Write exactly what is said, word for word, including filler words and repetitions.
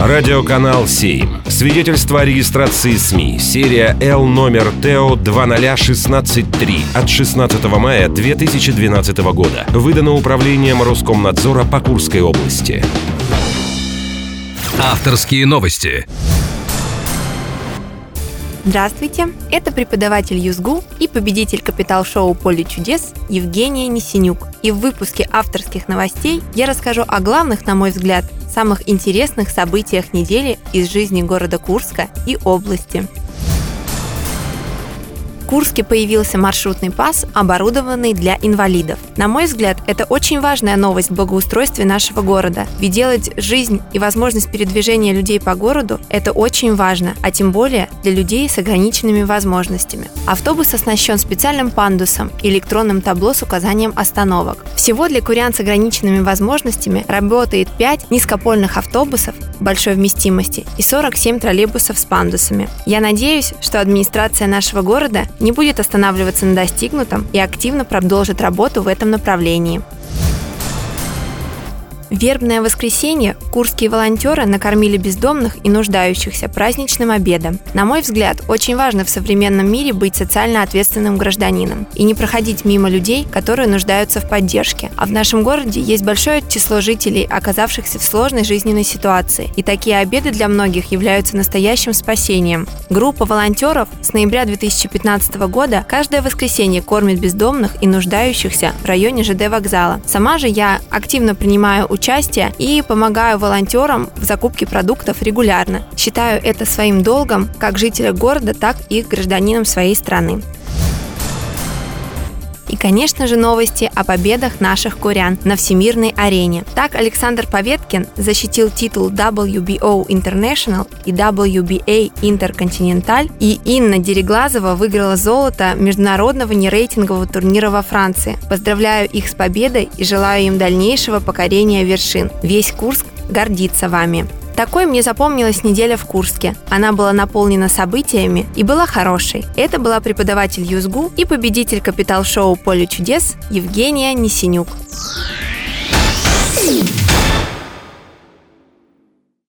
Радиоканал семь. Свидетельство о регистрации СМИ. Серия Л номер ТЭО два ноль один шесть три от шестнадцатого мая две тысячи двенадцатого года. Выдано Управлением Роскомнадзора по Курской области. Авторские новости. Здравствуйте, это преподаватель ЮЗГУ и победитель капитал-шоу «Поле чудес» Евгения Несенюк. И в выпуске авторских новостей я расскажу о главных, на мой взгляд, самых интересных событиях недели из жизни города Курска и области. В Курске появился маршрутный пас, оборудованный для инвалидов. На мой взгляд, это очень важная новость в благоустройстве нашего города, ведь делать жизнь и возможность передвижения людей по городу – это очень важно, а тем более для людей с ограниченными возможностями. Автобус оснащен специальным пандусом и электронным табло с указанием остановок. Всего для курян с ограниченными возможностями работает пять низкопольных автобусов большой вместимости и сорок семь троллейбусов с пандусами. Я надеюсь, что администрация нашего города не будет останавливаться на достигнутом и активно продолжит работу в этом направлении. В вербное воскресенье курские волонтеры накормили бездомных и нуждающихся праздничным обедом. На мой взгляд, очень важно в современном мире быть социально ответственным гражданином и не проходить мимо людей, которые нуждаются в поддержке. А в нашем городе есть большое число жителей, оказавшихся в сложной жизненной ситуации, и такие обеды для многих являются настоящим спасением. Группа волонтеров с ноября две тысячи пятнадцатого года каждое воскресенье кормит бездомных и нуждающихся в районе ЖД вокзала. Сама же я активно принимаю участие участие и помогаю волонтерам в закупке продуктов регулярно. Считаю это своим долгом как жителя города, так и гражданином своей страны. И, конечно же, новости о победах наших курян на всемирной арене. Так, Александр Поветкин защитил титул дабл ю би о International и дабл ю би эй Intercontinental, и Инна Дереглазова выиграла золото международного нерейтингового турнира во Франции. Поздравляю их с победой и желаю им дальнейшего покорения вершин. Весь Курск гордится вами. Такой мне запомнилась неделя в Курске. Она была наполнена событиями и была хорошей. Это была преподаватель ЮЗГУ и победитель капитал-шоу «Поле чудес» Евгения Несенюк.